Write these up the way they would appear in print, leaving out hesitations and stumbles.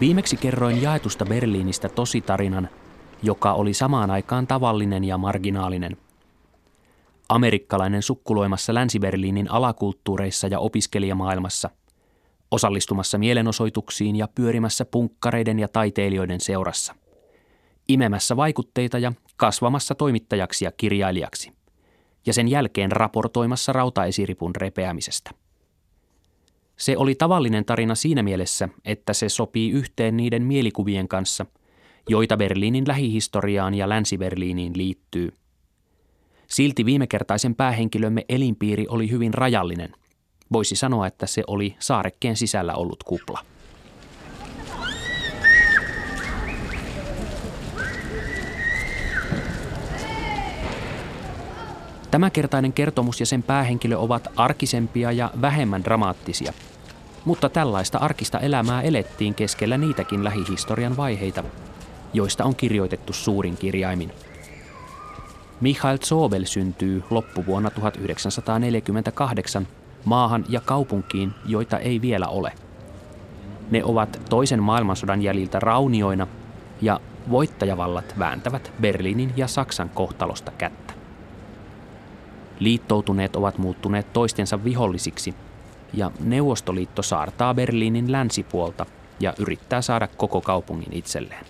Viimeksi kerroin jaetusta Berliinistä tositarinan, joka oli samaan aikaan tavallinen ja marginaalinen. Amerikkalainen sukkuloimassa Länsi-Berliinin alakulttuureissa ja opiskelijamaailmassa, osallistumassa mielenosoituksiin ja pyörimässä punkkareiden ja taiteilijoiden seurassa, imemässä vaikutteita ja kasvamassa toimittajaksi ja kirjailijaksi, ja sen jälkeen raportoimassa rautaesiripun repeämisestä. Se oli tavallinen tarina siinä mielessä, että se sopii yhteen niiden mielikuvien kanssa, joita Berliinin lähihistoriaan ja Länsi-Berliiniin liittyy. Silti viimekertaisen päähenkilömme elinpiiri oli hyvin rajallinen. Voisi sanoa, että se oli saarekkeen sisällä ollut kupla. Tämänkertainen kertomus ja sen päähenkilö ovat arkisempia ja vähemmän dramaattisia. Mutta tällaista arkista elämää elettiin keskellä niitäkin lähihistorian vaiheita, joista on kirjoitettu suurin kirjaimin. Michael Zobel syntyy loppuvuonna 1948 maahan ja kaupunkiin, joita ei vielä ole. Ne ovat toisen maailmansodan jäljiltä raunioina ja voittajavallat vääntävät Berliinin ja Saksan kohtalosta kättä. Liittoutuneet ovat muuttuneet toistensa vihollisiksi ja Neuvostoliitto saartaa Berliinin länsipuolta ja yrittää saada koko kaupungin itselleen.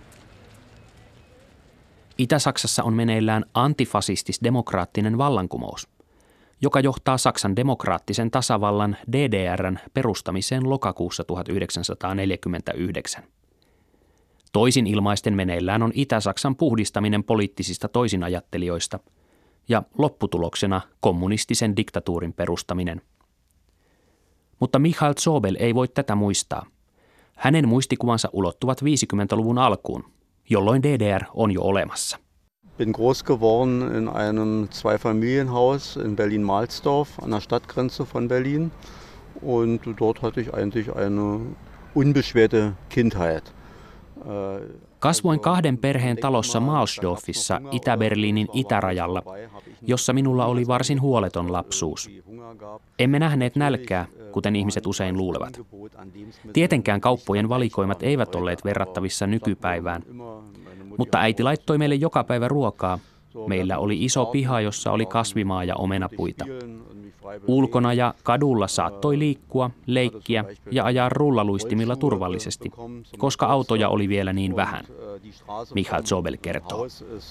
Itä-Saksassa on meneillään antifasistis-demokraattinen vallankumous, joka johtaa Saksan demokraattisen tasavallan DDR:n perustamiseen lokakuussa 1949. Toisin ilmaisten meneillään on Itä-Saksan puhdistaminen poliittisista toisinajattelijoista ja lopputuloksena kommunistisen diktatuurin perustaminen. Mutta Michael Zobel ei voi tätä muistaa. Hänen muistikuvansa ulottuvat 50-luvun alkuun, jolloin DDR on jo olemassa. Bin groß geworden in einem Zweifamilienhaus in Berlin-Mahlsdorf an der Stadtgrenze von Berlin und dort hatte ich eigentlich eine unbeschwerte Kindheit. Kasvoin kahden perheen talossa Mahlsdorfissa Itä-Berliinin itärajalla, jossa minulla oli varsin huoleton lapsuus. Emme nähneet nälkää, kuten ihmiset usein luulevat. Tietenkään kauppojen valikoimat eivät olleet verrattavissa nykypäivään, mutta äiti laittoi meille joka päivä ruokaa. Meillä oli iso piha, jossa oli kasvimaa ja omenapuita. Ulkona ja kadulla saattoi liikkua, leikkiä ja ajaa rullaluistimilla turvallisesti, koska autoja oli vielä niin vähän. Michael Zobel kertoo.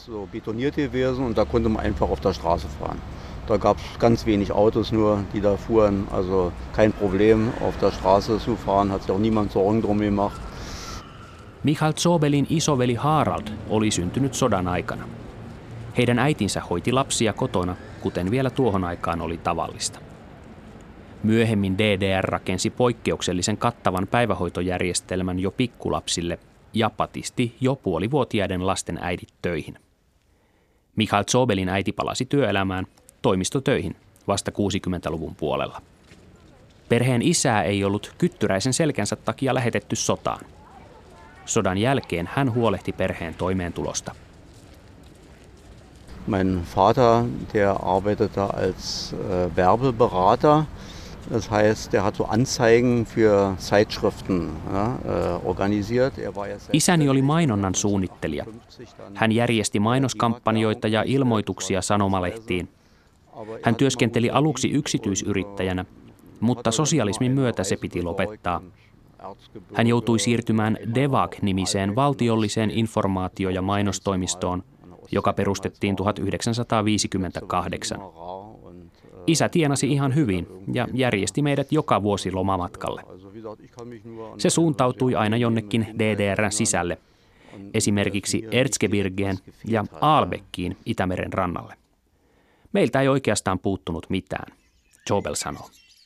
Da gab es ganz wenig Autos nur, die da fuhren, also kein Problem auf der Straße zu fahren, hat sich auch niemand Sorgen drum gemacht. Michael Zobelin isoveli Harald oli syntynyt sodan aikana. Heidän äitinsä hoiti lapsia kotona, kuten vielä tuohon aikaan oli tavallista. Myöhemmin DDR rakensi poikkeuksellisen kattavan päivähoitojärjestelmän jo pikkulapsille ja patisti jo puolivuotiaiden lasten äidit töihin. Michael Zobelin äiti palasi työelämään, toimistotöihin, vasta 60-luvun puolella. Perheen isää ei ollut kyttyräisen selkänsä takia lähetetty sotaan. Sodan jälkeen hän huolehti perheen toimeentulosta. Mein Vater, der arbeitete als Werbeberater. Das heißt, der hat so Anzeigen für Zeitschriften organisiert. Isäni oli mainonnan suunnittelija. Hän järjesti mainoskampanjoita ja ilmoituksia sanomalehtiin. Hän työskenteli aluksi yksityisyrittäjänä, mutta sosialismin myötä se piti lopettaa. Hän joutui siirtymään DEVAG-nimiseen valtiolliseen informaatio- ja mainostoimistoon, joka perustettiin 1958. Isä tienasi ihan hyvin ja järjesti meidät joka vuosi lomamatkalle. Se suuntautui aina jonnekin DDR:n sisälle, esimerkiksi Erzgebirgeen ja Aalbeckiin Itämeren rannalle. Meiltä ei oikeastaan puuttunut mitään, Zobel sanoo.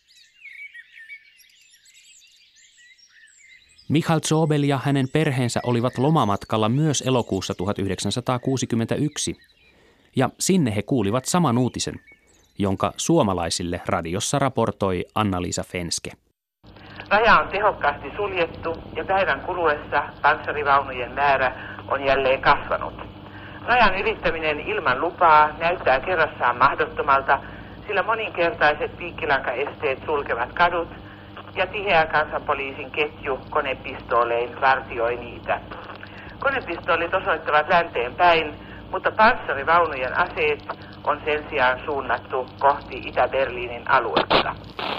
Michael Zobel ja hänen perheensä olivat lomamatkalla myös elokuussa 1961, ja sinne he kuulivat saman uutisen, jonka suomalaisille radiossa raportoi Anna-Liisa Fenske. Raja on tehokkaasti suljettu ja päivän kuluessa panssarivaunujen määrä on jälleen kasvanut. Rajan ylittäminen ilman lupaa näyttää kerrassaan mahdottomalta, sillä moninkertaiset piikkilankaesteet sulkevat kadut ja tiheä kansanpoliisin ketju konepistoolein vartioi niitä. Konepistoolit osoittavat länteen päin, mutta panssarivaunujen aseet on sen sijaan suunnattu kohti Itä-Berliinin aluetta.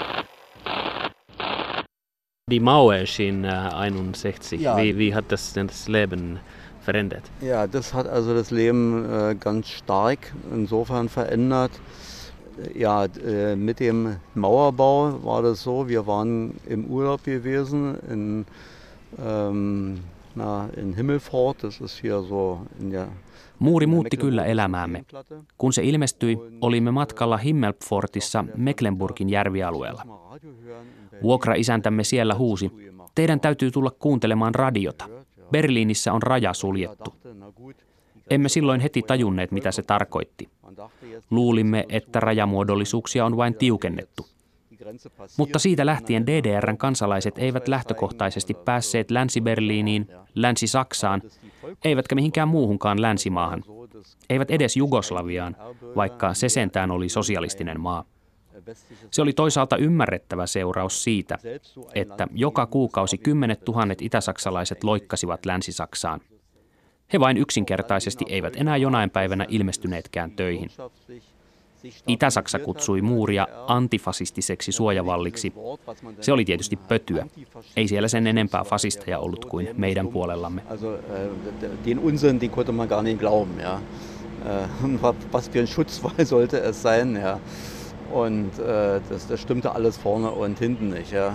Die Mauer schien 61. Ja. Wie hat das Leben verändert? Ja, das hat also das Leben ganz stark insofern verändert. Ja, mit dem Mauerbau war das so, wir waren im Urlaub gewesen in Himmelfort, das ist hier so in der... Muuri muutti kyllä elämäämme. Kun se ilmestyi, olimme matkalla Himmelfortissa Mecklenburgin järvialueella. Vuokraisäntämme siellä huusi, teidän täytyy tulla kuuntelemaan radiota. Berliinissä on raja suljettu. Emme silloin heti tajunneet, mitä se tarkoitti. Luulimme, että rajamuodollisuuksia on vain tiukennettu. Mutta siitä lähtien DDR:n kansalaiset eivät lähtökohtaisesti päässeet Länsi-Berliiniin, Länsi-Saksaan, eivätkä mihinkään muuhunkaan länsimaahan. Eivät edes Jugoslaviaan, vaikka se sentään oli sosialistinen maa. Se oli toisaalta ymmärrettävä seuraus siitä, että joka kuukausi 10 000 itäsaksalaiset loikkasivat Länsi-Saksaan. He vain yksinkertaisesti eivät enää jonain päivänä ilmestyneetkään töihin. Itä-Saksa kutsui muuria antifasistiseksi suojavalliksi. Se oli tietysti pötyä. Ei siellä sen enempää fasisteja ollut kuin meidän puolellamme. Den Unsinn, den konnte man gar nicht glauben, ja. Was für ein Schutzwall sollte es sein, ja. Und das stimmte alles vorne und hinten nicht, ja.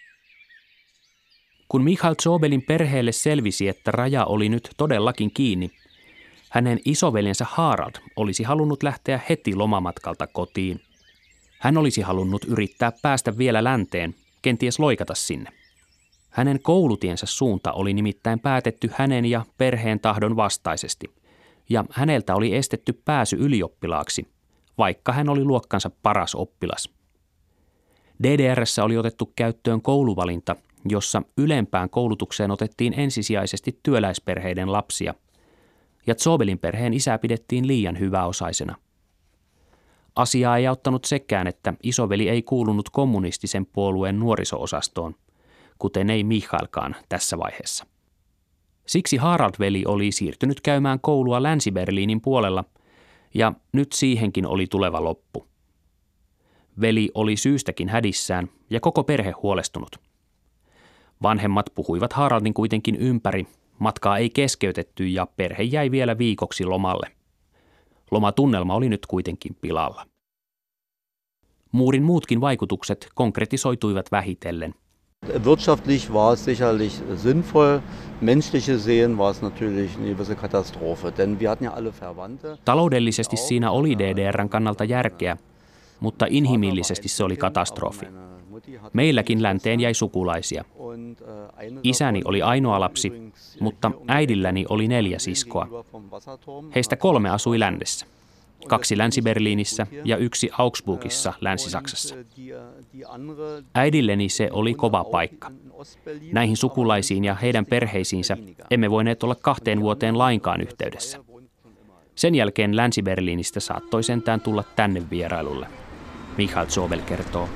Kun Michail Zobelin perheelle selvisi, että raja oli nyt todellakin kiinni, hänen isoveljensä Harald olisi halunnut lähteä heti lomamatkalta kotiin. Hän olisi halunnut yrittää päästä vielä länteen, kenties loikata sinne. Hänen koulutiensä suunta oli nimittäin päätetty hänen ja perheen tahdon vastaisesti, ja häneltä oli estetty pääsy ylioppilaaksi, vaikka hän oli luokkansa paras oppilas. DDR:ssä oli otettu käyttöön kouluvalinta, jossa ylempään koulutukseen otettiin ensisijaisesti työläisperheiden lapsia, ja Zobelin perheen isää pidettiin liian hyväosaisena. Asiaa ei auttanut sekään, että isoveli ei kuulunut kommunistisen puolueen nuoriso-osastoon, kuten ei Michailkaan tässä vaiheessa. Siksi Harald-veli oli siirtynyt käymään koulua Länsi-Berliinin puolella, ja nyt siihenkin oli tuleva loppu. Veli oli syystäkin hädissään ja koko perhe huolestunut. Vanhemmat puhuivat Haraldin kuitenkin ympäri, matkaa ei keskeytetty ja perhe jäi vielä viikoksi lomalle. Lomatunnelma oli nyt kuitenkin pilalla. Muurin muutkin vaikutukset konkretisoituivat vähitellen. Wirtschaftlich war es sicherlich sinnvoll, menschlich gesehen war es natürlich eine gewisse Katastrophe, denn wir hatten ja alle Verwandte. Taloudellisesti siinä oli DDR:n kannalta järkeä, mutta inhimillisesti se oli katastrofi. Meilläkin länteen jäi sukulaisia. Isäni oli ainoa lapsi, mutta äidilläni oli 4 siskoa. Heistä 3 asui lännessä. 2 Länsi-Berliinissä ja 1 Augsburgissa Länsi-Saksassa. Äidilleni se oli kova paikka. Näihin sukulaisiin ja heidän perheisiinsä emme voineet olla 2 vuoteen lainkaan yhteydessä. Sen jälkeen Länsi-Berliinistä saattoi sentään tulla tänne vierailulle. Michail Zobel kertoo.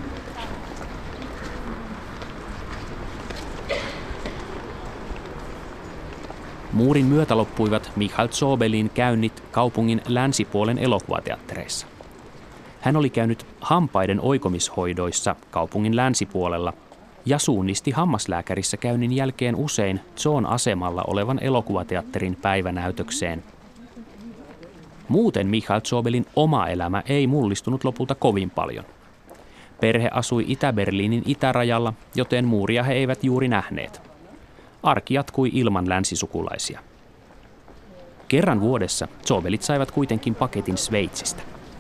Muurin myötä loppuivat Michail Zobelin käynnit kaupungin länsipuolen elokuvateattereissa. Hän oli käynyt hampaiden oikomishoidoissa kaupungin länsipuolella ja suunnisti hammaslääkärissä käynnin jälkeen usein Zoon asemalla olevan elokuvateatterin päivänäytökseen. Muuten Michail Zobelin oma elämä ei mullistunut lopulta kovin paljon. Perhe asui Itä-Berliinin itärajalla, joten muuria he eivät juuri nähneet. Arki jatkui ilman länsisukulaisia. Kerran vuodessa Zobelit saivat kuitenkin paketin Sveitsistä.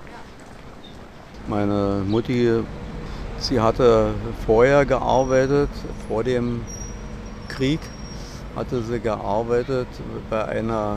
Meine Mutti, sie hatte vorher gearbeitet, vor dem Krieg hatte sie gearbeitet bei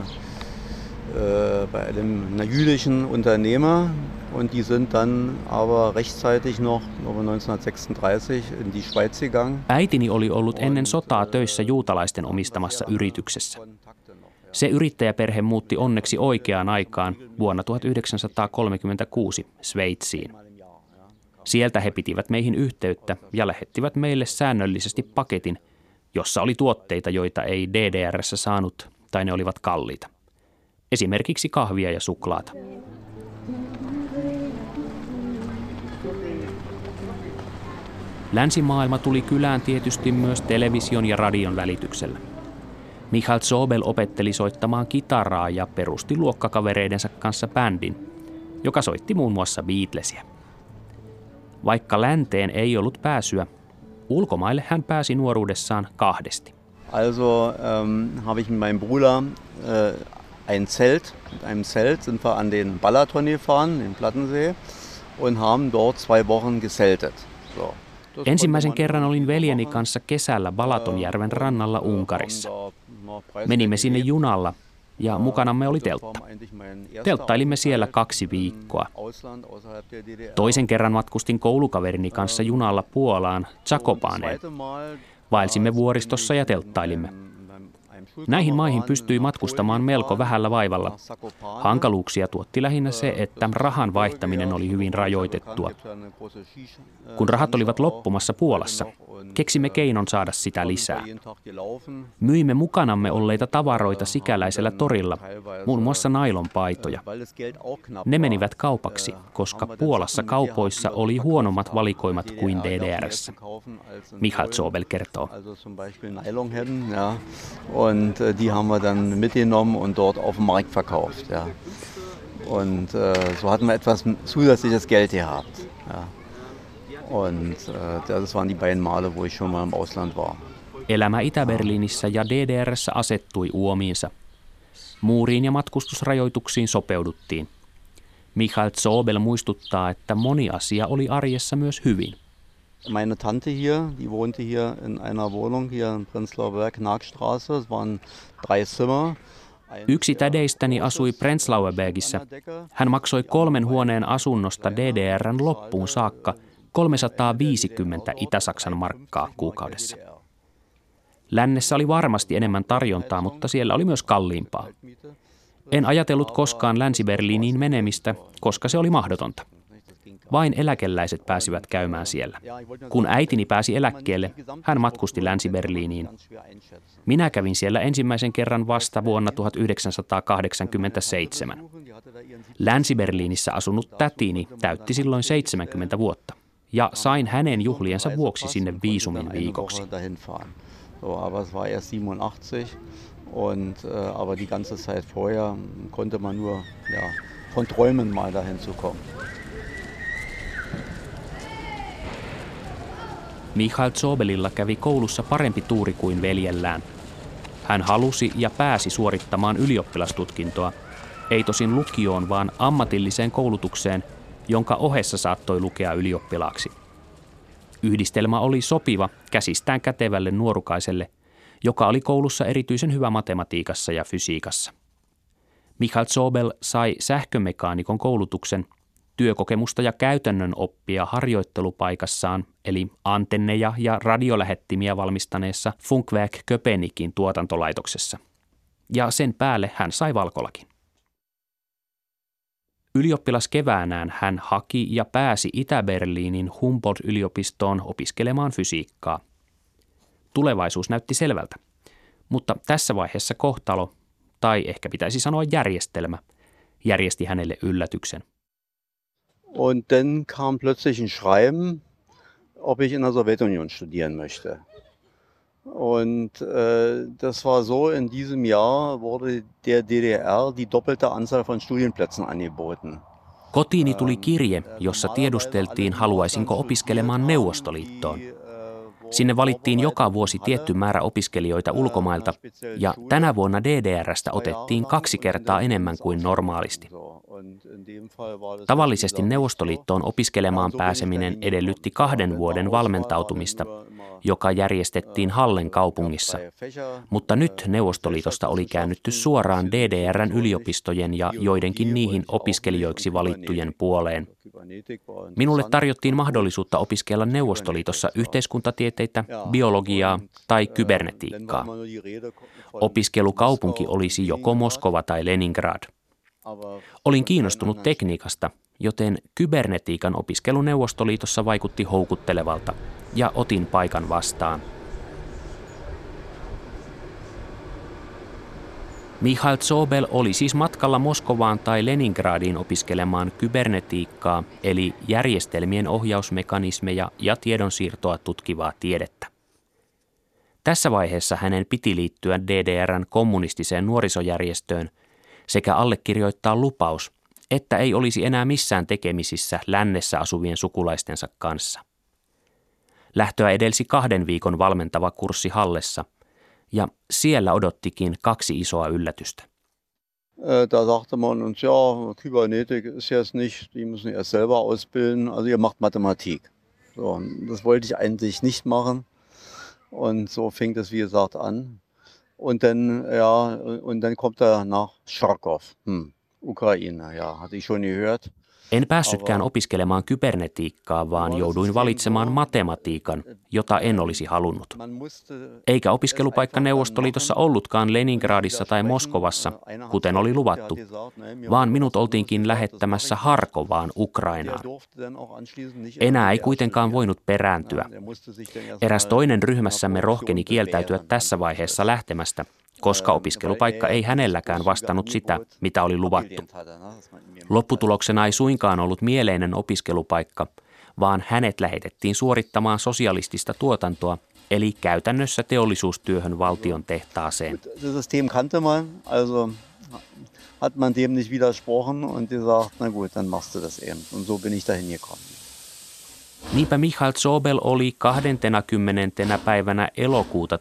einem jüdischen Unternehmer und die sind dann aber rechtzeitig noch 1936 in die Schweiz gegangen. Äitini oli ollut ennen sotaa töissä juutalaisten omistamassa yrityksessä. Se yrittäjäperhe muutti onneksi oikeaan aikaan vuonna 1936 Sveitsiin. Sieltä he pitivät meihin yhteyttä ja lähettivät meille säännöllisesti paketin, jossa oli tuotteita, joita ei DDR:ssä saanut tai ne olivat kalliita. Esimerkiksi kahvia ja suklaata. Länsimaailma tuli kylään tietysti myös television ja radion välityksellä. Michael Zobel opetteli soittamaan kitaraa ja perusti luokkakavereidensa kanssa bändin, joka soitti muun muassa Beatlesia. Vaikka länteen ei ollut pääsyä, ulkomaille hän pääsi nuoruudessaan kahdesti. Also habe ich mit meinem Bruder ein Zelt. Mit einem Zelt sind wir an den Balaton gefahren, den Plattensee, und haben dort 2 Wochen gezeltet. So. Ensimmäisen kerran olin veljeni kanssa kesällä Balatonjärven rannalla Unkarissa. Menimme sinne junalla ja mukanamme oli teltta. Telttailimme siellä 2 viikkoa. Toisen kerran matkustin koulukaverini kanssa junalla Puolaan Zakopaneen. Vaelsimme vuoristossa ja telttailimme. Näihin maihin pystyi matkustamaan melko vähällä vaivalla. Hankaluuksia tuotti lähinnä se, että rahan vaihtaminen oli hyvin rajoitettua. Kun rahat olivat loppumassa Puolassa, keksimme keinon saada sitä lisää. Myimme mukanamme olleita tavaroita sikäläisellä torilla, muun muassa nailonpaitoja. Ne menivät kaupaksi, koska Puolassa kaupoissa oli huonommat valikoimat kuin DDR:ssä. Michael Zobel kertoo. Und die haben wir dann mitgenommen und dort auf dem Markt verkauft. Ja. Und so hatten wir etwas zusätzliches Geld gehabt. Ja. Und das waren die beiden Male, wo ich schon mal im Ausland war. Elämä Itä-Berliinissä ja DDR:ssä asettui uomiinsa. Muuriin ja matkustusrajoituksiin sopeuduttiin. Michael Zobel muistuttaa, että moni asia oli arjessa myös hyvin. Meine Tante hier, die wohnte hier in einer Wohnung hier in Prenzlauer Berg, Nagstraße. Es waren 3 Zimmer. Yksi tädeistäni asui Prenzlauer Bergissä. Hän maksoi 3 huoneen asunnosta DDR:n loppuun saakka 350 Itä-Saksan markkaa kuukaudessa. Lännessä oli varmasti enemmän tarjontaa, mutta siellä oli myös kalliimpaa. En ajatellut koskaan Länsi-Berliiniin menemistä, koska se oli mahdotonta. Vain eläkeläiset pääsivät käymään siellä. Kun äitini pääsi eläkkeelle, hän matkusti Länsi-Berliiniin. Minä kävin siellä ensimmäisen kerran vasta vuonna 1987. Länsi-Berliinissä asunut tätini täytti silloin 70 vuotta ja sain hänen juhliensa vuoksi sinne viisumin viikoksi. Aber die ganze Zeit vorher konnte man nur von träumen mal dahin zu kommen. Michael Zobelilla kävi koulussa parempi tuuri kuin veljellään. Hän halusi ja pääsi suorittamaan ylioppilastutkintoa, ei tosin lukioon, vaan ammatilliseen koulutukseen, jonka ohessa saattoi lukea ylioppilaaksi. Yhdistelmä oli sopiva käsistään kätevälle nuorukaiselle, joka oli koulussa erityisen hyvä matematiikassa ja fysiikassa. Michael Zobel sai sähkömekaanikon koulutuksen, työkokemusta ja käytännön oppia harjoittelupaikassaan, eli antenneja ja radiolähettimiä valmistaneessa Funkwerk Köpenikin tuotantolaitoksessa. Ja sen päälle hän sai valkolakin. Ylioppilaskeväänään hän haki ja pääsi Itä-Berliinin Humboldt-yliopistoon opiskelemaan fysiikkaa. Tulevaisuus näytti selvältä, mutta tässä vaiheessa kohtalo, tai ehkä pitäisi sanoa järjestelmä, järjesti hänelle yllätyksen. Und dann kam plötzlich ein Schreiben, ob ich in der Sowjetunion studieren möchte. Und das war so, in diesem Jahr wurde der DDR die doppelte Anzahl von Studienplätzen angeboten. Kotiini tuli kirje, jossa tiedusteltiin, haluaisinko opiskelemaan Neuvostoliittoon. Sinne valittiin joka vuosi tietty määrä opiskelijoita ulkomailta, ja tänä vuonna DDR:stä otettiin 2 kertaa enemmän kuin normaalisti. Tavallisesti Neuvostoliittoon opiskelemaan pääseminen edellytti 2 vuoden valmentautumista, joka järjestettiin Hallen kaupungissa, mutta nyt Neuvostoliitosta oli käännytty suoraan DDR:n yliopistojen ja joidenkin niihin opiskelijoiksi valittujen puoleen. Minulle tarjottiin mahdollisuutta opiskella Neuvostoliitossa yhteiskuntatieteitä, biologiaa tai kybernetiikkaa. Opiskelukaupunki olisi joko Moskova tai Leningrad. Olin kiinnostunut tekniikasta, joten kybernetiikan opiskelu Neuvostoliitossa vaikutti houkuttelevalta ja otin paikan vastaan. Michail Zobel oli siis matkalla Moskovaan tai Leningradiin opiskelemaan kybernetiikkaa, eli järjestelmien ohjausmekanismeja ja tiedonsiirtoa tutkivaa tiedettä. Tässä vaiheessa hänen piti liittyä DDR:n kommunistiseen nuorisojärjestöön sekä allekirjoittaa lupaus, että ei olisi enää missään tekemisissä lännessä asuvien sukulaistensa kanssa. Lähtöä edelsi 2 viikon valmentava kurssi Hallessa, ja siellä odottikin 2 isoa yllätystä. Da sagte man uns, ja, Kybernetik ist jetzt nicht, die müssen erst selber ausbilden, also ihr macht Mathematik. So, das wollte ich eigentlich nicht machen. Und so fing das, wie gesagt, an. Und dann kommt er nach Charkov, Ukraine, ja, hatte ich schon gehört. En päässytkään opiskelemaan kybernetiikkaa, vaan jouduin valitsemaan matematiikan, jota en olisi halunnut. Eikä opiskelupaikka Neuvostoliitossa ollutkaan Leningradissa tai Moskovassa, kuten oli luvattu, vaan minut oltiinkin lähettämässä Harkovaan, Ukrainaan. Enää ei kuitenkaan voinut perääntyä. Eräs toinen ryhmässämme rohkeni kieltäytyä tässä vaiheessa lähtemästä, koska opiskelupaikka ei hänelläkään vastannut sitä, mitä oli luvattu. Lopputuloksena ei suinkaan ollut mieleinen opiskelupaikka, vaan hänet lähetettiin suorittamaan sosialistista tuotantoa, eli käytännössä teollisuustyöhön valtion tehtaaseen. Das System kannte man, also hat man dem nicht widersprochen und gesagt, na gut, dann machst du das eben. Und so bin ich dahin gekommen. Niinpä Michail Zobel oli 20. päivänä elokuuta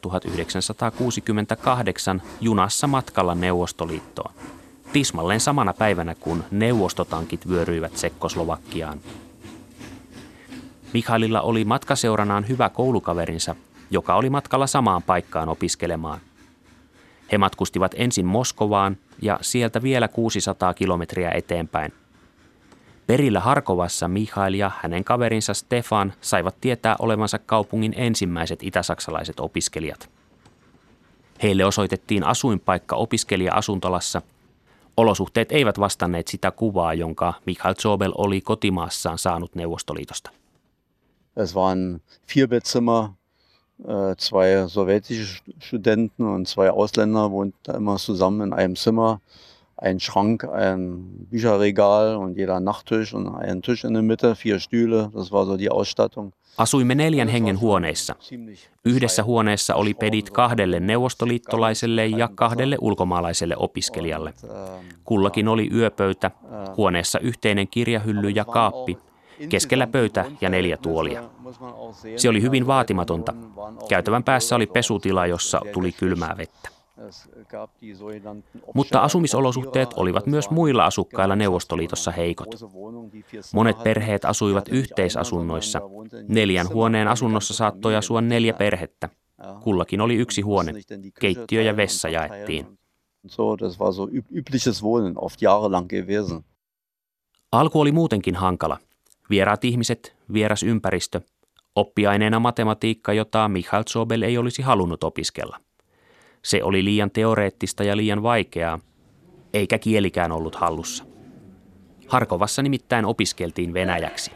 1968 junassa matkalla Neuvostoliittoon. Tismalleen samana päivänä, kun neuvostotankit vyöryivät Tsekkoslovakiaan. Michaililla oli matkaseuranaan hyvä koulukaverinsa, joka oli matkalla samaan paikkaan opiskelemaan. He matkustivat ensin Moskovaan ja sieltä vielä 600 kilometriä eteenpäin. Perillä Harkovassa Michail ja hänen kaverinsa Stefan saivat tietää olevansa kaupungin ensimmäiset itäsaksalaiset opiskelijat. Heille osoitettiin asuinpaikka opiskelija-asuntolassa. Olosuhteet eivät vastanneet sitä kuvaa, jonka Michail Zobel oli kotimaassaan saanut Neuvostoliitosta. Es waren 4-Bettzimmer, 2 sowjetische Studenten und 2 Ausländer wohnten immer zusammen in einem Zimmer. Ein Schrank, ein Bücherregal und jeder Nachttisch und ein Tisch in der Mitte, 4 Stühle, das war so die Ausstattung. Asuimme 4 hengen huoneissa. Yhdessä huoneessa oli pedit 2 neuvostoliittolaiselle ja 2 ulkomaalaiselle opiskelijalle. Kullakin oli yöpöytä, huoneessa yhteinen kirjahylly ja kaappi, keskellä pöytä ja 4 tuolia. Se oli hyvin vaatimatonta. Käytävän päässä oli pesutila, jossa tuli kylmää vettä. Mutta asumisolosuhteet olivat myös muilla asukkailla Neuvostoliitossa heikot. Monet perheet asuivat yhteisasunnoissa. 4 huoneen asunnossa saattoi asua 4 perhettä. Kullakin oli 1 huone. Keittiö ja vessa jaettiin. Alku oli muutenkin hankala. Vieraat ihmiset, vieras ympäristö, oppiaineena matematiikka, jota Michail Zobel ei olisi halunnut opiskella. Se oli liian teoreettista ja liian vaikeaa, eikä kielikään ollut hallussa. Harkovassa nimittäin opiskeltiin venäjäksi.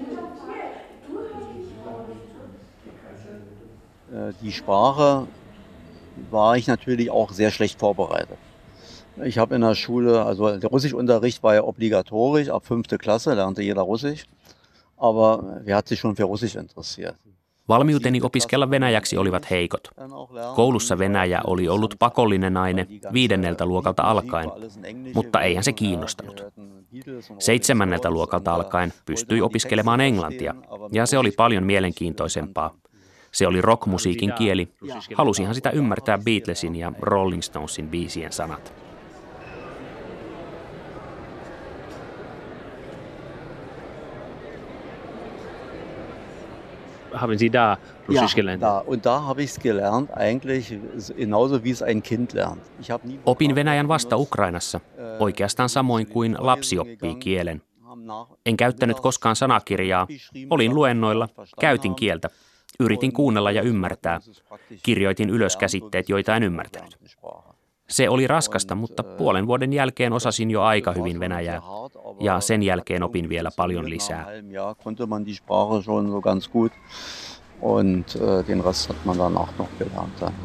Die Sprache war ich natürlich auch sehr schlecht vorbereitet. Ich habe in der Schule, also der Russischunterricht war ja obligatorisch, ab 5. Klasse lernte jeder Russisch, aber wer hat sich schon für Russisch interessiert? Valmiuteni opiskella venäjäksi olivat heikot. Koulussa venäjä oli ollut pakollinen aine 5. luokalta alkaen, mutta eihän se kiinnostanut. 7. luokalta alkaen pystyi opiskelemaan englantia, ja se oli paljon mielenkiintoisempaa. Se oli rockmusiikin kieli. Halusinhan sitä ymmärtää Beatlesin ja Rolling Stonesin biisien sanat. Haben Sie da Russisch gelernt? Ja, und da habe ich es gelernt, eigentlich genauso wie es ein Kind lernt. Opin venäjän vasta Ukrainassa, oikeastaan samoin kuin lapsi oppii kielen. En käyttänyt koskaan sanakirjaa, olin luennoilla, käytin kieltä, yritin kuunnella ja ymmärtää, kirjoitin ylös käsitteet, joita en ymmärtänyt. Se oli raskasta, mutta puolen vuoden jälkeen osasin jo aika hyvin venäjää. Ja sen jälkeen opin vielä paljon lisää. Und den Rest hat man danach noch gelernt. Ja.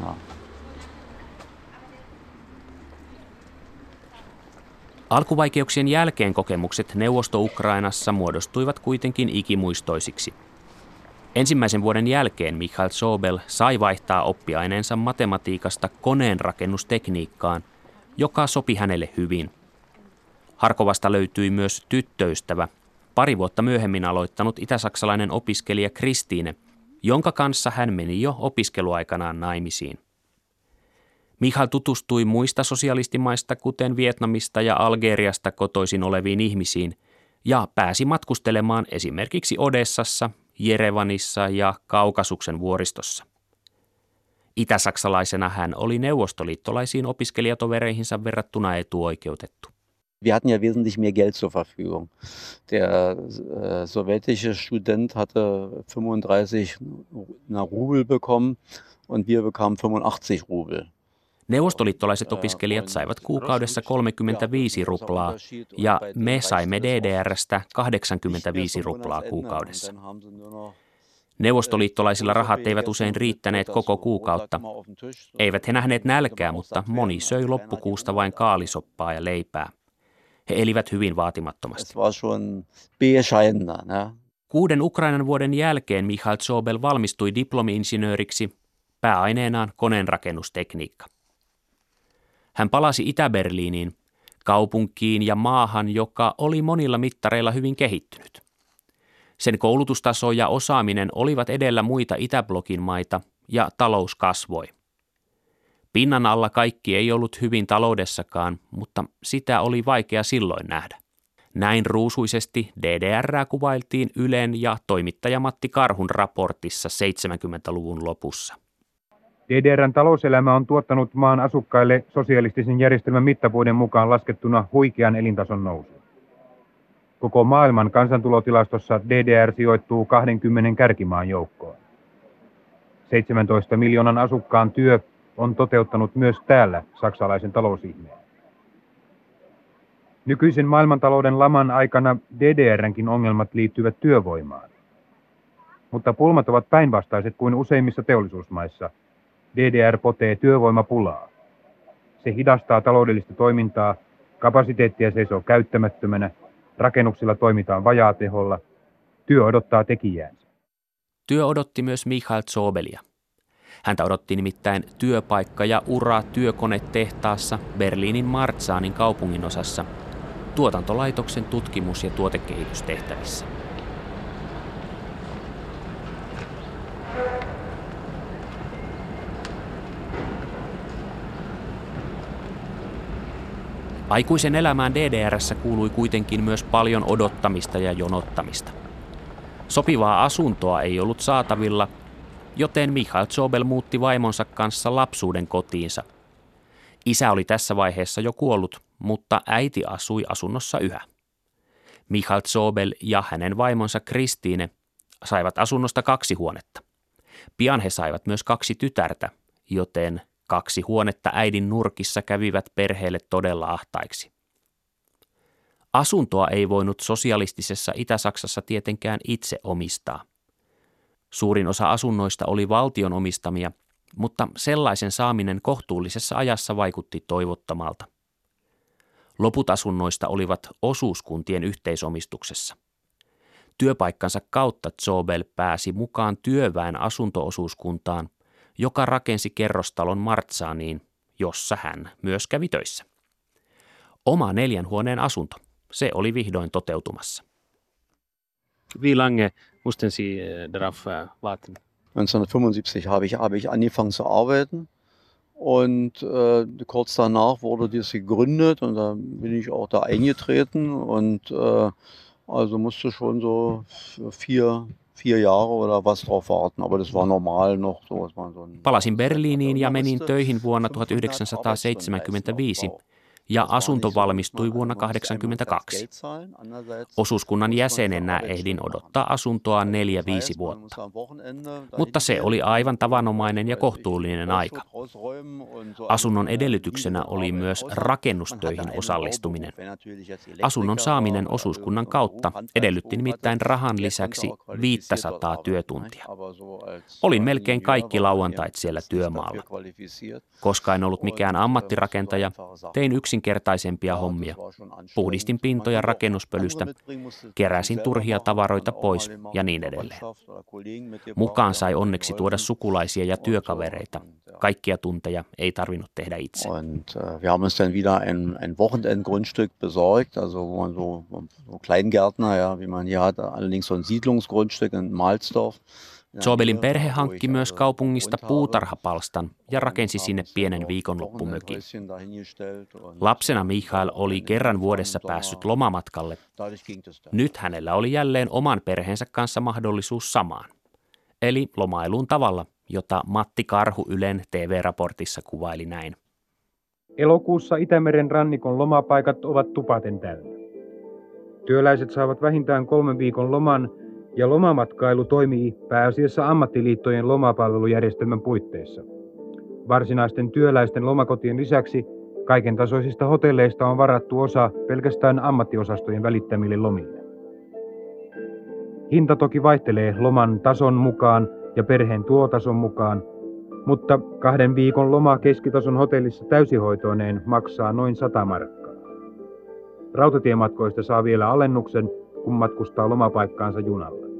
Alkuvaikeuksien jälkeen kokemukset Neuvosto-Ukrainassa muodostuivat kuitenkin ikimuistoisiksi. Ensimmäisen vuoden jälkeen Michail Zobel sai vaihtaa oppiaineensa matematiikasta koneenrakennustekniikkaan, joka sopi hänelle hyvin. Harkovasta löytyi myös tyttöystävä, pari vuotta myöhemmin aloittanut itäsaksalainen opiskelija Kristiine, jonka kanssa hän meni jo opiskeluaikanaan naimisiin. Michail tutustui muista sosialistimaista, kuten Vietnamista ja Algeriasta kotoisin oleviin ihmisiin, ja pääsi matkustelemaan esimerkiksi Odessassa, Jerevanissa ja Kaukasuksen vuoristossa. Itäsaksalaisena hän oli neuvostoliittolaisiin opiskelijatovereihinsa verrattuna etuoikeutettu. Wir hatten ja wesentlich mehr Geld zur Verfügung. Der sowjetische Student hatte 35 Rubel bekommen und wir bekamen 85 Rubel. Neuvostoliittolaiset opiskelijat saivat kuukaudessa 35 ruplaa ja me saimme DDR:stä 85 ruplaa kuukaudessa. Neuvostoliittolaisilla rahat eivät usein riittäneet koko kuukautta. Eivät he nähneet nälkää, mutta moni söi loppukuusta vain kaalisoppaa ja leipää. He elivät hyvin vaatimattomasti. 6 Ukrainan vuoden jälkeen Michail Zobel valmistui diplomi-insinööriksi, pääaineenaan koneenrakennustekniikka. Hän palasi Itä-Berliiniin, kaupunkiin ja maahan, joka oli monilla mittareilla hyvin kehittynyt. Sen koulutustaso ja osaaminen olivat edellä muita Itäblokin maita ja talous kasvoi. Pinnan alla kaikki ei ollut hyvin taloudessakaan, mutta sitä oli vaikea silloin nähdä. Näin ruusuisesti DDR:ää kuvailtiin Ylen ja toimittaja Matti Karhun raportissa 70-luvun lopussa. DDR:n talouselämä on tuottanut maan asukkaille sosialistisen järjestelmän mittapuiden mukaan laskettuna huikean elintason nousun. Koko maailman kansantulotilastossa DDR sijoittuu 20 kärkimaan joukkoon. 17 miljoonan asukkaan työ on toteuttanut myös täällä saksalaisen talousihmeen. Nykyisen maailmantalouden laman aikana DDR:nkin ongelmat liittyvät työvoimaan. Mutta pulmat ovat päinvastaiset kuin useimmissa teollisuusmaissa. DDR potee työvoimapulaa. Se hidastaa taloudellista toimintaa, kapasiteettia seisoo käyttämättömänä, rakennuksilla toimitaan vajaateholla, työ odottaa tekijäänsä. Työ odotti myös Michail Zobelia. Häntä odotti nimittäin työpaikka ja ura työkonetehtaassa Berliinin Marzahnin kaupunginosassa, tuotantolaitoksen tutkimus- ja tuotekehitystehtävissä. Aikuisen elämään DDR:ssä kuului kuitenkin myös paljon odottamista ja jonottamista. Sopivaa asuntoa ei ollut saatavilla, joten Michail Zobel muutti vaimonsa kanssa lapsuuden kotiinsa. Isä oli tässä vaiheessa jo kuollut, mutta äiti asui asunnossa yhä. Michail Zobel ja hänen vaimonsa Kristiine saivat asunnosta 2 huonetta. Pian he saivat myös 2 tytärtä, joten 2 huonetta äidin nurkissa kävivät perheelle todella ahtaiksi. Asuntoa ei voinut sosialistisessa Itä-Saksassa tietenkään itse omistaa. Suurin osa asunnoista oli valtion omistamia, mutta sellaisen saaminen kohtuullisessa ajassa vaikutti toivottomalta. Loput asunnoista olivat osuuskuntien yhteisomistuksessa. Työpaikkansa kautta Zobel pääsi mukaan työväen asuntoosuuskuntaan, joka rakensi kerrostalon Marzahniin, jossa hän myös kävi töissä. Oma 4 huoneen asunto, se oli vihdoin toteutumassa. Wie lange mussten Sie darauf warten? 1975 habe ich angefangen zu arbeiten und kurz danach wurde dies gegründet und da bin ich auch da eingetreten und also musste schon so 4 Jahre oder was drauf warten, aber das war normal noch so, was man so. Palasin Berliiniin ja menin töihin vuonna 1975, ja asunto valmistui vuonna 1982. Osuuskunnan jäsenenä ehdin odottaa asuntoa 4-5 vuotta. Mutta se oli aivan tavanomainen ja kohtuullinen aika. Asunnon edellytyksenä oli myös rakennustöihin osallistuminen. Asunnon saaminen osuuskunnan kautta edellytti nimittäin rahan lisäksi 500 työtuntia. Olin melkein kaikki lauantait siellä työmaalla. Koska en ollut mikään ammattirakentaja, tein yksinkertaisempia hommia. Puhdistin pintoja rakennuspölystä, keräsin turhia tavaroita pois ja niin edelleen. Mukaan sai onneksi tuoda sukulaisia ja työkavereita. Kaikkia tunteja ei tarvinnut tehdä itse. Wir haben uns dann wieder ein Wochenendgrundstück besorgt, also wo man so Kleingärtner, ja, wie man hier hat, allerdings so ein Siedlungsgrundstück in Malzdorf. Zobelin perhe hankki myös kaupungista puutarhapalstan ja rakensi sinne pienen viikonloppumökin. Lapsena Michael oli kerran vuodessa päässyt lomamatkalle. Nyt hänellä oli jälleen oman perheensä kanssa mahdollisuus samaan. Eli lomailuun tavalla, jota Matti Karhu Ylen TV-raportissa kuvaili näin. Elokuussa Itämeren rannikon lomapaikat ovat tupaten täynnä. Työläiset saavat vähintään 3 viikon loman ja lomamatkailu toimii pääasiassa ammattiliittojen lomapalvelujärjestelmän puitteissa. Varsinaisten työläisten lomakotien lisäksi kaiken tasoisista hotelleista on varattu osa pelkästään ammattiosastojen välittämille lomille. Hinta toki vaihtelee loman tason mukaan ja perheen tulotason mukaan, mutta 2 viikon loma keskitason hotellissa täysihoitoineen maksaa noin 100 markkaa. Rautatiematkoista saa vielä alennuksen, kun matkustaa lomapaikkaansa junalla.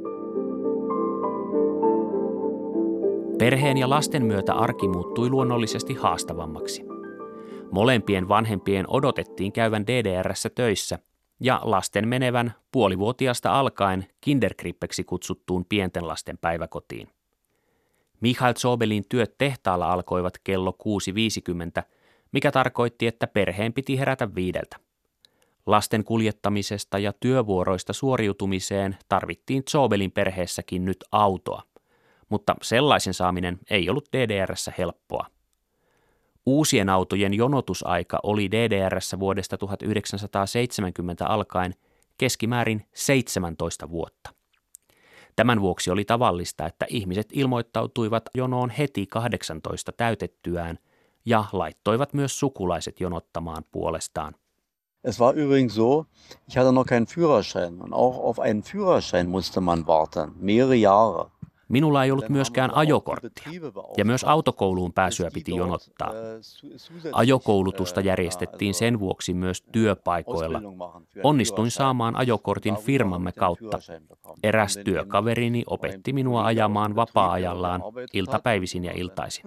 Perheen ja lasten myötä arki muuttui luonnollisesti haastavammaksi. Molempien vanhempien odotettiin käyvän DDR:ssä töissä ja lasten menevän puolivuotiaasta alkaen kinderkrippeksi kutsuttuun pienten lasten päiväkotiin. Michael Zobelin työt tehtaalla alkoivat kello 6.50, mikä tarkoitti, että perheen piti herätä 5. Lasten kuljettamisesta ja työvuoroista suoriutumiseen tarvittiin Zobelin perheessäkin nyt autoa, mutta sellaisen saaminen ei ollut DDR:ssä helppoa. Uusien autojen jonotusaika oli DDR:ssä vuodesta 1970 alkaen keskimäärin 17 vuotta. Tämän vuoksi oli tavallista, että ihmiset ilmoittautuivat jonoon heti 18 täytettyään ja laittoivat myös sukulaiset jonottamaan puolestaan. Es war übrigens so, ich hatte noch keinen Führerschein und auch auf einen Führerschein musste man warten, mehrere Jahre. Minulla ei ollut myöskään ajokorttia, ja myös autokouluun pääsyä piti jonottaa. Ajokoulutusta järjestettiin sen vuoksi myös työpaikoilla. Onnistuin saamaan ajokortin firmamme kautta. Eräs työkaverini opetti minua ajamaan vapaa-ajallaan iltapäivisin ja iltaisin.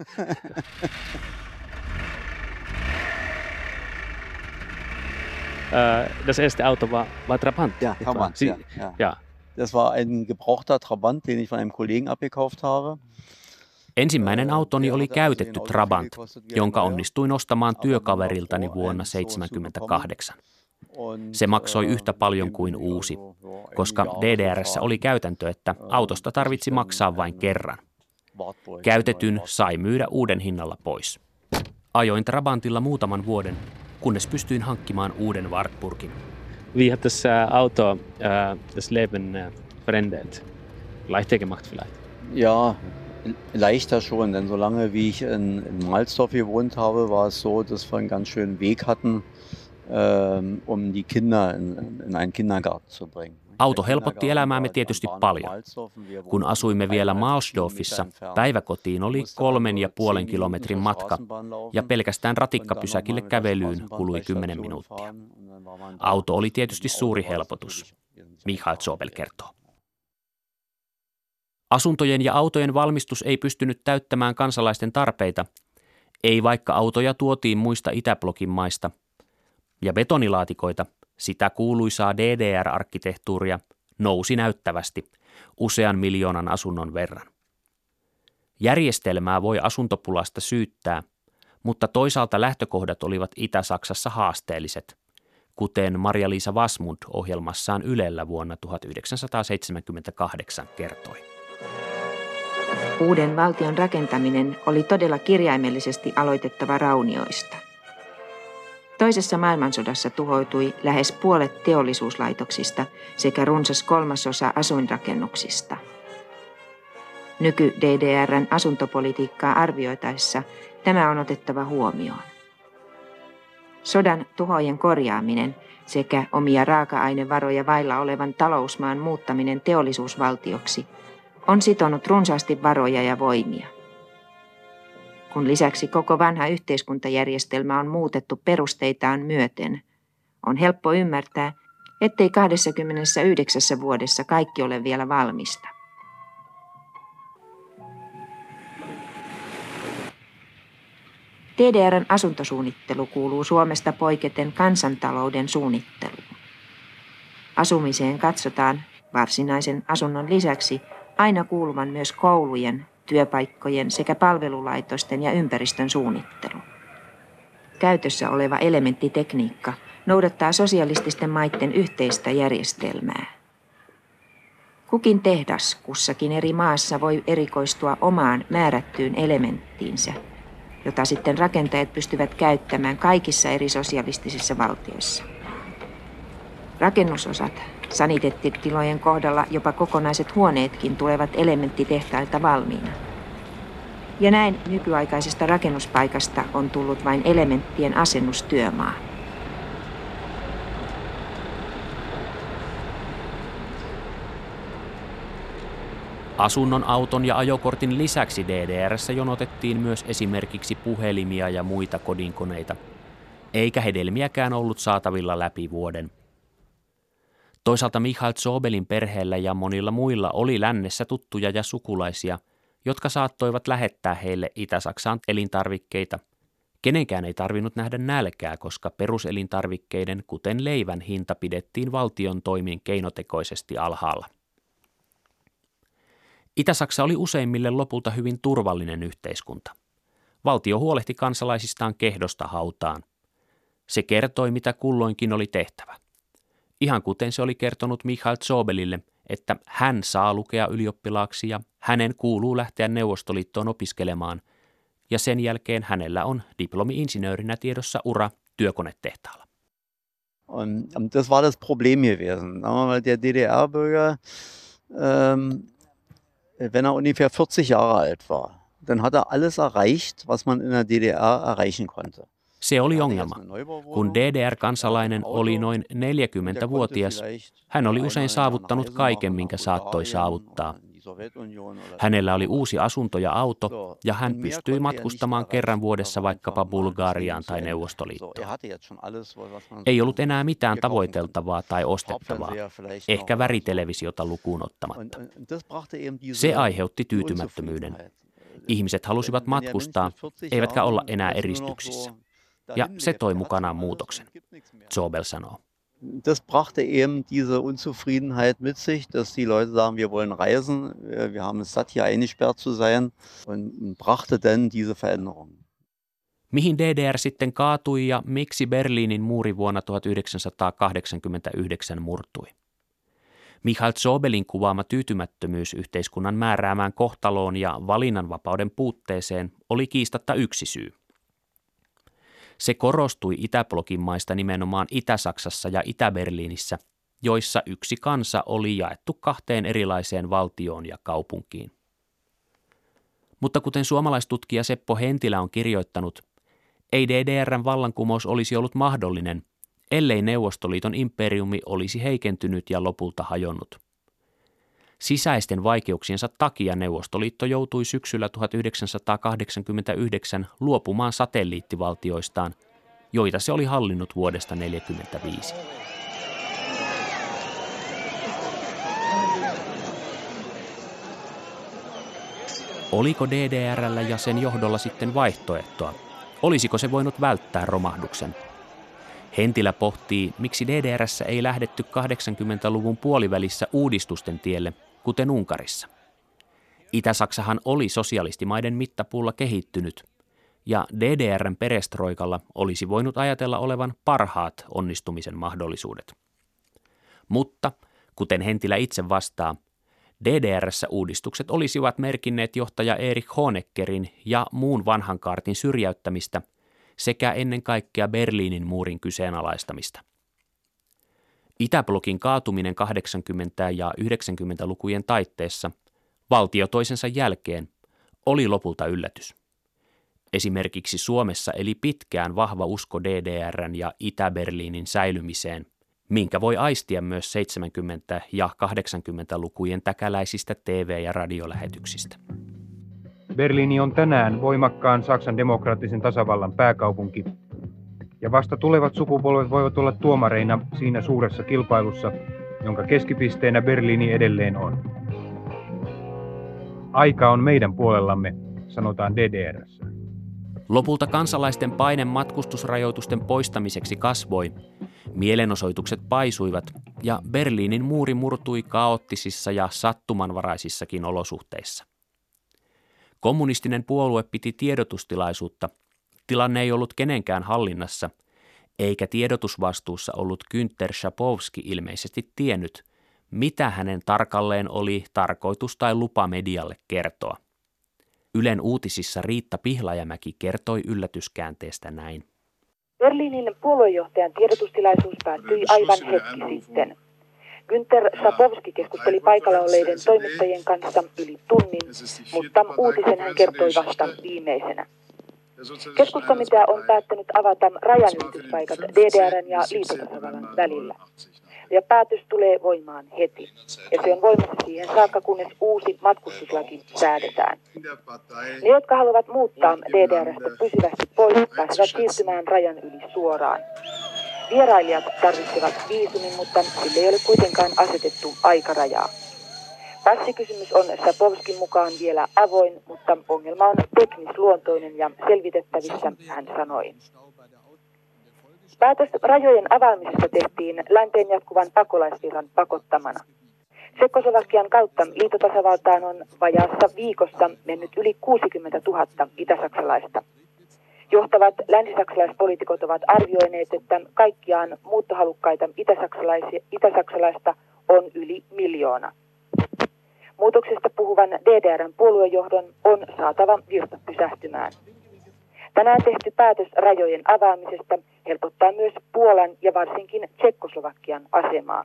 Das erste Auto war Trabant. Ja, Trabant, ja. Das war ein gebrauchter Trabant, den ich von einem Kollegen abgekauft habe. Ensimmäinen autoni oli käytetty Trabant, jonka onnistuin ostamaan työkaveriltani vuonna 1978. Se maksoi yhtä paljon kuin uusi, koska DDR:ssä oli käytäntö, että autosta tarvitsi maksaa vain kerran. Käytetyn sai myydä uuden hinnalla pois. Ajoin Trabantilla muutaman vuoden, kunnes pystyin hankkimaan uuden Wartburgin. Wie hat das Auto das Leben verändert? Leichter gemacht vielleicht? Ja, leichter schon, denn solange wie ich in Malzdorf gewohnt habe, war es so, dass wir einen ganz schönen Weg hatten, um die Kinder in einen Kindergarten zu bringen. Auto helpotti elämäämme tietysti paljon. Kun asuimme vielä Malzdorfissa, päiväkotiin oli 3,5 kilometrin matka ja pelkästään ratikkapysäkille kävelyyn kului 10 minuuttia. Auto oli tietysti suuri helpotus, Michael Zobel kertoo. Asuntojen ja autojen valmistus ei pystynyt täyttämään kansalaisten tarpeita, ei vaikka autoja tuotiin muista Itäblokin maista. Ja betonilaatikoita, sitä kuuluisaa DDR-arkkitehtuuria, nousi näyttävästi usean miljoonan asunnon verran. Järjestelmää voi asuntopulasta syyttää, mutta toisaalta lähtökohdat olivat Itä-Saksassa haasteelliset, kuten Maria-Liisa Vasmund ohjelmassaan Ylellä vuonna 1978 kertoi. Uuden valtion rakentaminen oli todella kirjaimellisesti aloitettava raunioista. Toisessa maailmansodassa tuhoutui lähes puolet teollisuuslaitoksista sekä runsas 1/3 asuinrakennuksista. Nyky-DDR:n asuntopolitiikkaa arvioitaessa tämä on otettava huomioon. Sodan tuhojen korjaaminen sekä omia raaka-ainevaroja vailla olevan talousmaan muuttaminen teollisuusvaltioksi on sitonut runsaasti varoja ja voimia. Kun lisäksi koko vanha yhteiskuntajärjestelmä on muutettu perusteitaan myöten, on helppo ymmärtää, ettei 29 vuodessa kaikki ole vielä valmista. DDR:n asuntosuunnittelu kuuluu Suomesta poiketen kansantalouden suunnitteluun. Asumiseen katsotaan varsinaisen asunnon lisäksi aina kuuluvan myös koulujen, työpaikkojen sekä palvelulaitosten ja ympäristön suunnittelu. Käytössä oleva elementtitekniikka noudattaa sosialististen maiden yhteistä järjestelmää. Kukin tehdas kussakin eri maassa voi erikoistua omaan määrättyyn elementtiinsä, jota sitten rakentajat pystyvät käyttämään kaikissa eri sosialistisissa valtioissa. Rakennusosat, saniteettitilojen kohdalla jopa kokonaiset huoneetkin tulevat elementtitehtailta valmiina. Ja näin nykyaikaisesta rakennuspaikasta on tullut vain elementtien asennustyömaa. Asunnon, auton ja ajokortin lisäksi DDR:ssä jonotettiin myös esimerkiksi puhelimia ja muita kodinkoneita, eikä hedelmiäkään ollut saatavilla läpi vuoden. Toisaalta Michail Zobelin perheellä ja monilla muilla oli lännessä tuttuja ja sukulaisia, jotka saattoivat lähettää heille Itä-Saksaan elintarvikkeita. Kenenkään ei tarvinnut nähdä nälkää, koska peruselintarvikkeiden, kuten leivän hinta, pidettiin valtion toimin keinotekoisesti alhaalla. Itä-Saksa oli useimmille lopulta hyvin turvallinen yhteiskunta. Valtio huolehti kansalaisistaan kehdosta hautaan. Se kertoi, mitä kulloinkin oli tehtävä. Ihan kuten se oli kertonut Michail Zobelille, että hän saa lukea ylioppilaaksi ja hänen kuuluu lähteä Neuvostoliittoon opiskelemaan, ja sen jälkeen hänellä on diplomi-insinöörinä tiedossa ura työkonetehtaalla. Das war das Problem gewesen. Weil der DDR-Bürger, wenn er ungefähr 40 Jahre alt war, dann hat er alles erreicht, was man in der DDR erreichen konnte. Se oli ongelma. Kun DDR-kansalainen oli noin 40-vuotias, hän oli usein saavuttanut kaiken, minkä saattoi saavuttaa. Hänellä oli uusi asunto ja auto, ja hän pystyi matkustamaan kerran vuodessa vaikkapa Bulgariaan tai Neuvostoliittoon. Ei ollut enää mitään tavoiteltavaa tai ostettavaa, ehkä väritelevisiota lukuun ottamatta. Se aiheutti tyytymättömyyden. Ihmiset halusivat matkustaa, eivätkä olla enää eristyksissä. Ja se toi mukanaan muutoksen, Zobel sanoo. Das brachte eben diese Unzufriedenheit mit sich, dass die Leute sagen, wir wollen reisen, wir haben es satt, hier eingesperrt zu sein, und brachte dann diese Veränderung. Mihin DDR sitten kaatui ja miksi Berliinin muuri vuonna 1989 murtui? Michail Zobelin kuvaama tyytymättömyys yhteiskunnan määräämään kohtaloon ja valinnanvapauden puutteeseen oli kiistatta yksi syy. Se korostui Itäblokin maista nimenomaan Itä-Saksassa ja Itä-Berliinissä, joissa yksi kansa oli jaettu 2 erilaiseen valtioon ja kaupunkiin. Mutta kuten suomalaistutkija Seppo Hentilä on kirjoittanut, ei DDR:n vallankumous olisi ollut mahdollinen, ellei Neuvostoliiton imperiumi olisi heikentynyt ja lopulta hajonnut. Sisäisten vaikeuksiensa takia Neuvostoliitto joutui syksyllä 1989 luopumaan satelliittivaltioistaan, joita se oli hallinnut vuodesta 1945. Oliko DDR:llä ja sen johdolla sitten vaihtoehtoa? Olisiko se voinut välttää romahduksen? Hentilä pohtii, miksi DDR:ssä ei lähdetty 80-luvun puolivälissä uudistusten tielle, kuten Unkarissa. Itä-Saksahan oli sosialistimaiden mittapuulla kehittynyt, ja DDR:n perestroikalla olisi voinut ajatella olevan parhaat onnistumisen mahdollisuudet. Mutta, kuten Hentilä itse vastaa, DDR:ssä uudistukset olisivat merkinneet johtaja Erich Honeckerin ja muun vanhan kaartin syrjäyttämistä sekä ennen kaikkea Berliinin muurin kyseenalaistamista. Itäblokin kaatuminen 80- ja 90-lukujen taitteessa, valtio toisensa jälkeen, oli lopulta yllätys. Esimerkiksi Suomessa eli pitkään vahva usko DDR:n ja Itä-Berliinin säilymiseen, minkä voi aistia myös 70- ja 80-lukujen täkäläisistä TV- ja radiolähetyksistä. Berliini on tänään voimakkaan Saksan demokraattisen tasavallan pääkaupunki, ja vasta tulevat sukupolvet voivat olla tuomareina siinä suuressa kilpailussa, jonka keskipisteenä Berliini edelleen on. Aika on meidän puolellamme, sanotaan DDR:ssä. Lopulta kansalaisten paine matkustusrajoitusten poistamiseksi kasvoi, mielenosoitukset paisuivat ja Berliinin muuri murtui kaoottisissa ja sattumanvaraisissakin olosuhteissa. Kommunistinen puolue piti tiedotustilaisuutta. Tilanne ei ollut kenenkään hallinnassa, eikä tiedotusvastuussa ollut Günther Schabowski ilmeisesti tiennyt, mitä hänen tarkalleen oli tarkoitus tai lupa medialle kertoa. Ylen uutisissa Riitta Pihlajamäki kertoi yllätyskäänteestä näin. Berliinin puoluejohtajan tiedotustilaisuus päättyi aivan hetki sitten. Günther Schabowski keskusteli paikalla olleiden toimittajien kanssa yli tunnin, mutta uutisen hän kertoi vasta viimeisenä. Keskuskomitea on päättänyt avata rajanylityspaikat DDR:n ja liittotasavallan välillä. Ja päätös tulee voimaan heti. Ja se on voimassa siihen saakka, kunnes uusi matkustuslaki säädetään. Ne, jotka haluavat muuttaa DDR:stä pysyvästi pois, pääsevät siirtymään rajan yli suoraan. Vierailijat tarvitsevat viisumin, mutta sille ei ole kuitenkaan asetettu aikarajaa. Passikysymys on Schabowskin mukaan vielä avoin, mutta ongelma on teknisluontoinen ja selvitettävissä, hän sanoi. Päätös rajojen avaamisesta tehtiin länteen jatkuvan pakolaisvirran pakottamana. Tšekkoslovakian kautta liittotasavaltaan on vajaassa viikossa mennyt yli 60 000 itäsaksalaista. Johtavat länsisaksalaispoliitikot ovat arvioineet, että kaikkiaan muuttohalukkaita itäsaksalaista on yli 1 miljoona. Muutoksesta puhuvan DDR:n puoluejohdon on saatava virta pysähtymään. Tänään tehty päätös rajojen avaamisesta helpottaa myös Puolan ja varsinkin Tšekkoslovakian asemaa.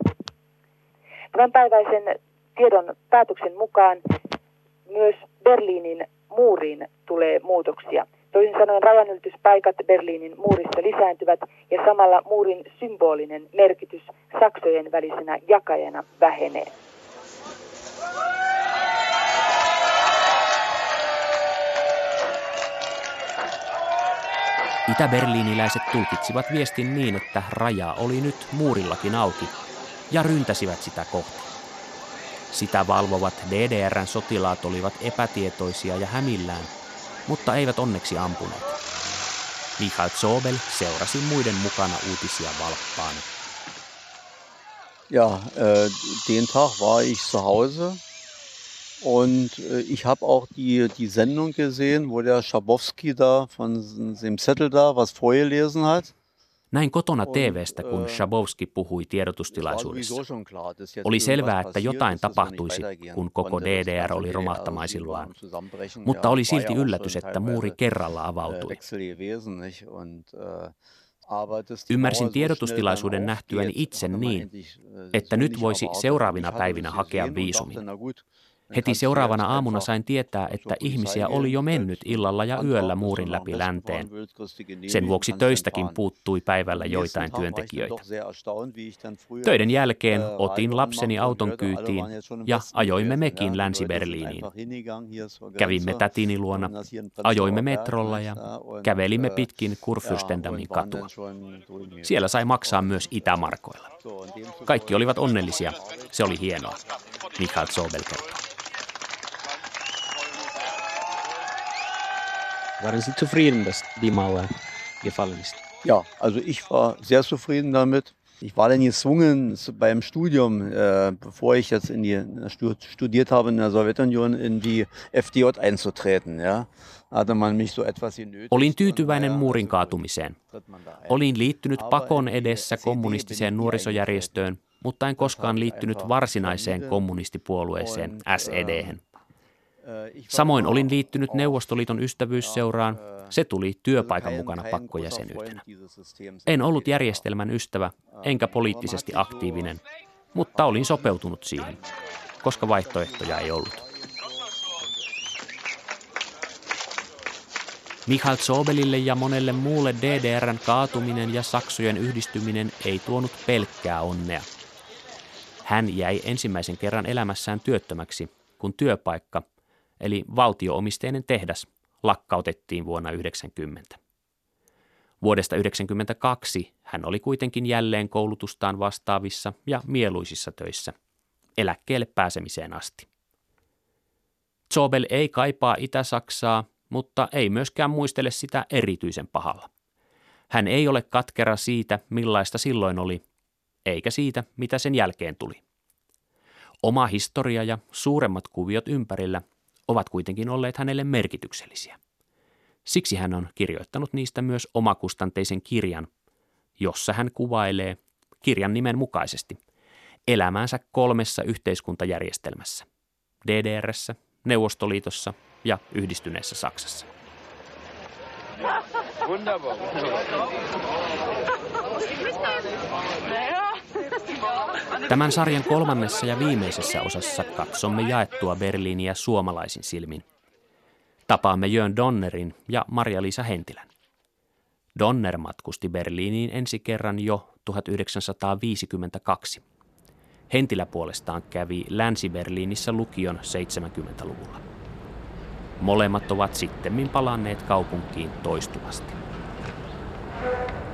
Tämänpäiväisen tiedon päätöksen mukaan myös Berliinin muuriin tulee muutoksia. Toisin sanoen rajanylityspaikat Berliinin muurissa lisääntyvät ja samalla muurin symbolinen merkitys saksojen välisenä jakajana vähenee. Itä-berliiniläiset tulkitsivat viestin niin, että raja oli nyt muurillakin auki ja ryntäsivät sitä kohti. Sitä valvovat DDR:n sotilaat olivat epätietoisia ja hämillään, mutta eivät onneksi ampuneet. Michael Zobel seurasi muiden mukana uutisia valppaana. Ja, den Tag war ich zu Hause und ich habe auch die Sendung gesehen, wo der Schabowski da von dem Zettel da was vorgelesen hat. Näin kotona TV:stä, kun Schabowski puhui tiedotustilaisuudessa. Oli selvää, että jotain tapahtuisi, kun koko DDR oli romahtamaisillaan, mutta oli silti yllätys, että muuri kerralla avautui. Ymmärsin tiedotustilaisuuden nähtyäni itse niin, että nyt voisi seuraavina päivinä hakea viisumin. Heti seuraavana aamuna sain tietää, että ihmisiä oli jo mennyt illalla ja yöllä muurin läpi länteen. Sen vuoksi töistäkin puuttui päivällä joitain työntekijöitä. Töiden jälkeen otin lapseni auton kyytiin ja ajoimme mekin Länsi-Berliiniin. Kävimme tätini luona, ajoimme metrolla ja kävelimme pitkin Kurfürstendamin katua. Siellä sai maksaa myös itämarkoilla. Kaikki olivat onnellisia. Se oli hienoa. Michael Zobel kertoo. Waren Sie zufrieden, dass die Mauer gefallen ist? Ja, also ich war sehr zufrieden damit. Ich war dann gezwungen beim Studium, bevor ich jetzt studiert habe in der Sowjetunion, in die FDJ einzutreten. Ja. Hatte man mich so etwas genötigt. Olin tyytyväinen muurin kaatumiseen. Olin liittynyt pakon edessä kommunistiseen nuorisojärjestöön, mutta en koskaan liittynyt varsinaiseen kommunistipuolueeseen SED:hen. Samoin olin liittynyt Neuvostoliiton ystävyysseuraan. Se tuli työpaikan mukana pakkojäsenyytenä. En ollut järjestelmän ystävä, enkä poliittisesti aktiivinen, mutta olin sopeutunut siihen, koska vaihtoehtoja ei ollut. Michail Zobelille ja monelle muulle DDR:n kaatuminen ja saksojen yhdistyminen ei tuonut pelkkää onnea. Hän jäi ensimmäisen kerran elämässään työttömäksi, kun työpaikka, eli valtio-omisteinen tehdas, lakkautettiin vuonna 1990. Vuodesta 1992 hän oli kuitenkin jälleen koulutustaan vastaavissa ja mieluisissa töissä, eläkkeelle pääsemiseen asti. Zobel ei kaipaa Itä-Saksaa, mutta ei myöskään muistele sitä erityisen pahalla. Hän ei ole katkera siitä, millaista silloin oli, eikä siitä, mitä sen jälkeen tuli. Oma historia ja suuremmat kuviot ympärillä ovat kuitenkin olleet hänelle merkityksellisiä. Siksi hän on kirjoittanut niistä myös omakustanteisen kirjan, jossa hän kuvailee kirjan nimen mukaisesti elämäänsä 3 yhteiskuntajärjestelmässä: DDR:ssä, Neuvostoliitossa ja yhdistyneessä Saksassa. Tämän sarjan 3. ja viimeisessä osassa katsomme jaettua Berliiniä suomalaisin silmin. Tapaamme Jörn Donnerin ja Maria-Liisa Hentilän. Donner matkusti Berliiniin ensi kerran jo 1952. Hentilä puolestaan kävi Länsi-Berliinissä lukion 70-luvulla. Molemmat ovat sittemmin palanneet kaupunkiin toistuvasti.